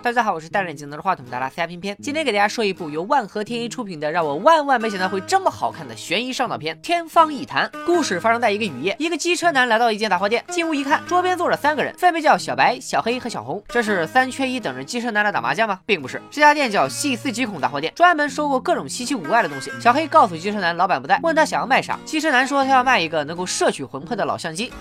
大家好，我是戴着眼镜拿着话筒的拉斯加偏偏，今天给大家说一部由万和天一出品的，让我万万没想到会这么好看的悬疑上脑片《天方夜谭》。故事发生在一个雨夜，一个机车男来到一间杂货店，进屋一看，桌边坐着3个人，分别叫小白、小黑和小红。这是3缺1等着机车男来打麻将吗？并不是，这家店叫细思极恐杂货店，专门收购各种稀奇古怪的东西。小黑告诉机车男老板不在，问他想要卖啥，机车男说他要卖一个能够摄取魂魄的老相机。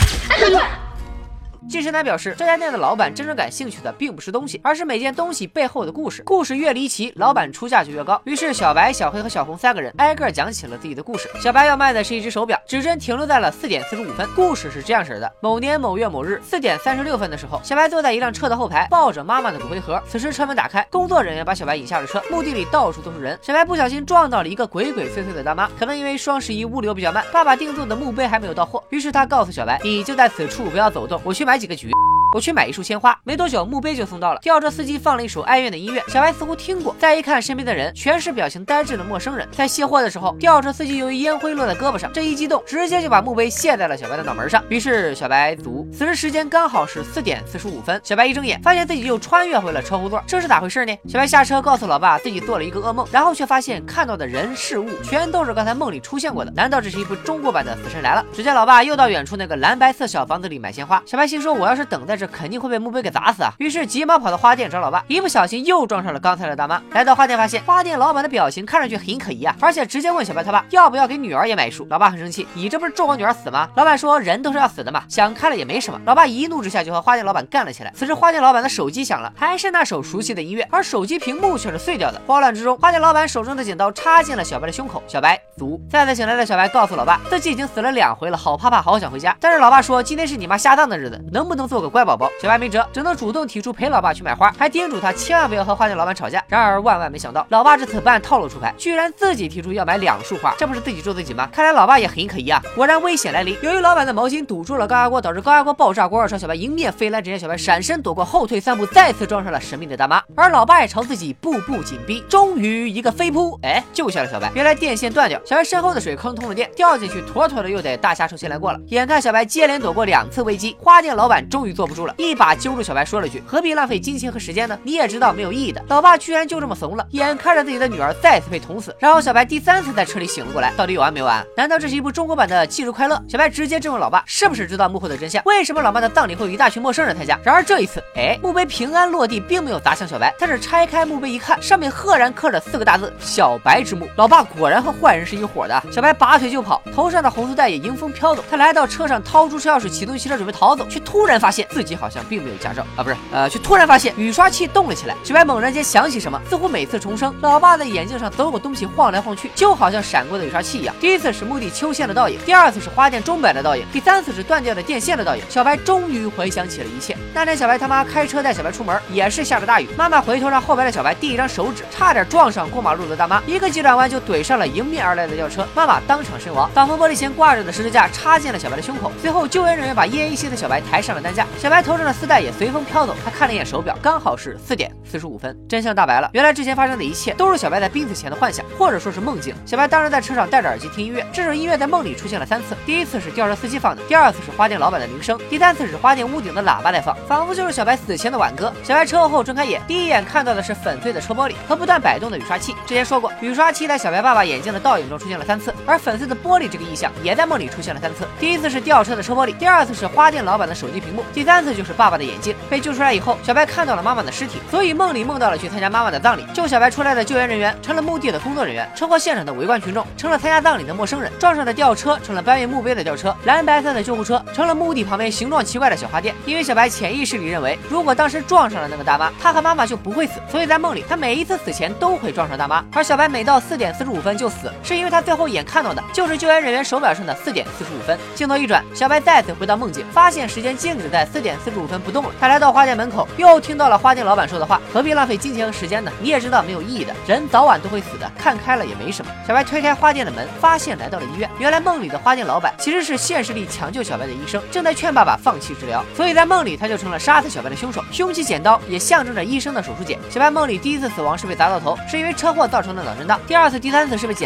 机车男表示，这家店的老板真正感兴趣的并不是东西，而是每件东西背后的故事。故事越离奇，老板出价就越高。于是小白、小黑和小红3个人挨个讲起了自己的故事。小白要卖的是一只手表，指针停留在了4点45分。故事是这样式的：某年某月某日4点36分的时候，小白坐在一辆车的后排，抱着妈妈的骨灰盒。此时车门打开，工作人员把小白引下了车，墓地里到处都是人。小白不小心撞到了一个鬼鬼祟祟的大妈，可能因为双11物流比较慢，爸爸定做的墓碑还没有到货，于是他告诉小白，你就在此处不要走动，我去买几个橘。我去买一束鲜花，没多久墓碑就送到了。吊车司机放了一首哀怨的音乐，小白似乎听过，再一看身边的人全是表情呆滞的陌生人。在卸货的时候，吊车司机由于烟灰落在胳膊上，这一激动直接就把墓碑卸在了小白的脑门上。于是小白足，此时时间刚好是4点45分。小白一睁眼，发现自己又穿越回了车后座，这是咋回事呢？小白下车告诉老爸自己做了一个噩梦，然后却发现看到的人事物全都是刚才梦里出现过的。难道这是一部中国版的《死神来了》？只见老爸又到远处那个蓝白色小房子里买鲜花。小白心说，我要是等在这肯定会被墓碑给砸死啊！于是急忙跑到花店找老爸，一不小心又撞上了刚才的大妈。来到花店，发现花店老板的表情看上去很可疑啊，而且直接问小白他爸要不要给女儿也买一束。老爸很生气，你这不是咒我女儿死吗？老板说人都是要死的嘛，想开了也没什么。老爸一怒之下就和花店老板干了起来。此时花店老板的手机响了，还是那首熟悉的音乐，而手机屏幕却是碎掉的。慌乱之中，花店老板手中的剪刀插进了小白的胸口，小白足。再次醒来的小白告诉老爸，自己已经死了2回了，好怕怕，好想回家。但是老爸说今天是你妈下葬的日子，能不能做个乖宝宝？小白没辙，只能主动提出陪老爸去买花，还叮嘱他千万不要和花店老板吵架。然而万万没想到，老爸这次不按套路出牌，居然自己提出要买2束花，这不是自己咒自己吗？看来老爸也很可疑啊！果然危险来临，由于老板的毛巾堵住了高压锅，导致高压锅爆炸，锅朝小白迎面飞来，只见小白闪身躲过，后退3步，再次撞上了神秘的大妈。而老爸也朝自己步步紧逼，终于一个飞扑，救下了小白。原来电线断掉，小白身后的水坑通了电，掉进去妥妥的又得大虾受气来过了。眼看小白接连躲过2次危机，花店老板终于坐不住了，一把揪住小白说了句，何必浪费金钱和时间呢？你也知道没有意义的。老爸居然就这么怂了，眼看着自己的女儿再次被捅死。然后小白第3次在车里醒了过来，到底有完没有完？难道这是一部中国版的忌日快乐？小白直接质问老爸是不是知道幕后的真相，为什么老妈的葬礼会有一大群陌生人参加？然而这一次墓碑平安落地，并没有砸向小白，但是拆开墓碑一看，上面赫然刻着4个大字，小白之墓。老爸果然和坏人是一伙的。小白拔腿就跑，头上的红丝带也迎风飘走。他来到车上，掏出车钥匙启动汽车准备逃走，却突然发现自己好像并没有驾照啊，不是却突然发现雨刷器动了起来。小白猛然间想起什么，似乎每次重生，老爸的眼镜上总有东西晃来晃去，就好像闪过的雨刷器一样。第一次是墓地秋千的倒影，第2次是花店钟摆的倒影，第3次是断掉的电线的倒影。小白终于回想起了一切。那天小白他妈开车带小白出门，也是下着大雨，妈妈回头让后排的小白递一张手指，差点撞上过马路的大妈，一个急转弯就怼上了迎面而来的轿车，妈妈当场身亡。挡风玻璃前挂着的十字架插进了小白的胸口。随后救援人员把奄奄一息的小白抬上了担架，小白头上的丝带也随风飘走。他看了一眼手表，刚好是4点45分。真相大白了，原来之前发生的一切都是小白在濒死前的幻想，或者说是梦境。小白当然在车上戴着耳机听音乐，这首音乐在梦里出现了3次，第1次是吊车司机放的，第2次是花店老板的铃声，第3次是花店屋顶的喇叭在放，仿佛就是小白死前的挽歌。小白车后睁开眼，第一眼看到的是粉碎的车玻璃和不断摆动的雨刷器。之前说过，雨刷器在小白爸爸眼镜的倒影中出现了3次，而粉碎的玻璃这个意象也在梦里出现了3次。第1次是吊车的车玻璃，第2次是花店老板的手机屏幕，第3次就是爸爸的眼镜。被救出来以后，小白看到了妈妈的尸体，所以梦里梦到了去参加妈妈的葬礼。救小白出来的救援人员成了墓地的工作人员，车祸现场的围观群众成了参加葬礼的陌生人，撞上的吊车成了搬运墓碑的吊车，蓝白色的救护车成了墓地旁边形状奇怪的小花店。因为小白潜意识里认为，如果当时撞上了那个大妈，他和妈妈就不会死，所以在梦里他每一次死前都会撞上大妈。而小白每到4点45分就死，是因为他最后眼看到的就是救援人员手表上的4点45分。镜头一转，小白再次回到梦境，发现时间静止在4点45分不动了。他来到花店门口，又听到了花店老板说的话，何必浪费金钱和时间呢？你也知道没有意义的，人早晚都会死的，看开了也没什么。小白推开花店的门，发现来到了医院。原来梦里的花店老板其实是现实里抢救小白的医生，正在劝爸爸放弃治疗，所以在梦里他就成了杀死小白的凶手。凶器剪刀也象征着医生的手术剪。小白梦里第1次死亡是被砸到头，是因为车祸造成的脑震荡；第2次、第3次是被剪刀插死，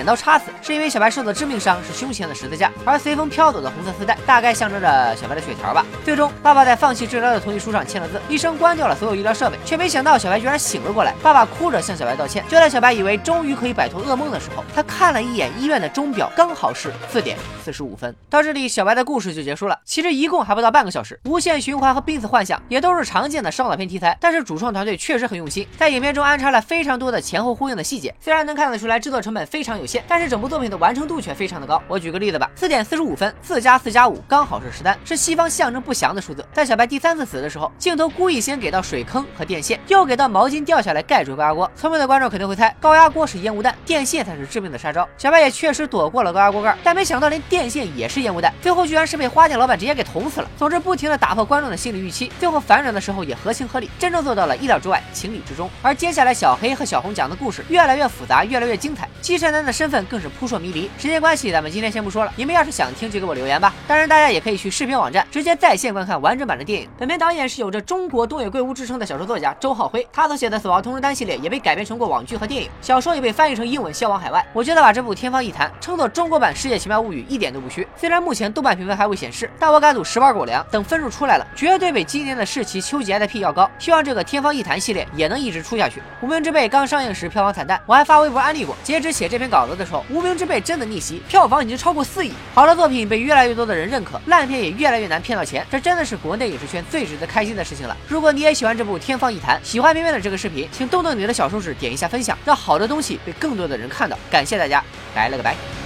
死，是因为小白受的致命伤是胸前的十字架，而随风飘走的红色丝带大概象征着小白的血条吧。最终，爸爸在放弃治疗的同意书上签了字，医生关掉了所有医疗设备，却没想到小白居然醒了过来。爸爸哭着向小白道歉。就在小白以为终于可以摆脱噩梦的时候，他看了一眼医院的钟表，刚好是4点45分。到这里，小白的故事就结束了。其实一共还不到半个小时，无限循环和濒死幻想也都是常见的烧脑片题材，但是主创团队确实很用心，在影片中安插了非常多的前后呼应的细节。虽然能看得出来制作成本非常有限，但是整部作品的完成度却非常的高。我举个例子吧，4点45分，4+4+5刚好是13，是西方象征不祥的数字。在小白第3次死的时候，镜头故意先给到水坑和电线，又给到毛巾掉下来盖住高压锅。聪明的观众肯定会猜，高压锅是烟雾弹，电线才是致命的杀招。小白也确实躲过了高压锅盖，但没想到连电线也是烟雾弹，最后居然是被花店老板直接给捅死了。总之，不停的打破观众的心理预期，最后反转的时候也合情合理，真正做到了意料之外，情理之中。而接下来小黑和小红讲的故事越来越复杂，越来越精彩，继承人的身份更是扑朔迷离。时间关系，咱们今天先不说了，你们要是想听就给我留言吧。当然，大家也可以去视频网站直接在线观看完整版的电影。本片导演是有着中国东野圭吾之称的小说作家周浩辉，他所写的《死亡同人单》系列也被改编成过网剧和电影，小说也被翻译成英文销往海外。我觉得把这部《天方夜谭》称作中国版《世界奇妙物语》一点都不虚。虽然目前豆瓣评分还未显示，但我敢赌10万狗粮，等分数出来了，绝对比今年的世奇、秋季 IP 要高。希望这个《天方夜谭》系列也能一直出下去。无名之辈刚上映时票房惨淡，我还发微博安利过。截止写这篇稿子的时候，无名之辈真的逆袭，票房已经超过4亿。好的作品被越来越多的人认可，烂片也越来越难骗到钱，这真的是国内影视圈最值得开心的事情了。如果你也喜欢这部《天方夜谭》，喜欢边边的这个视频，请动动你的小手指点一下分享，让好的东西被更多的人看到。感谢大家，拜了个拜。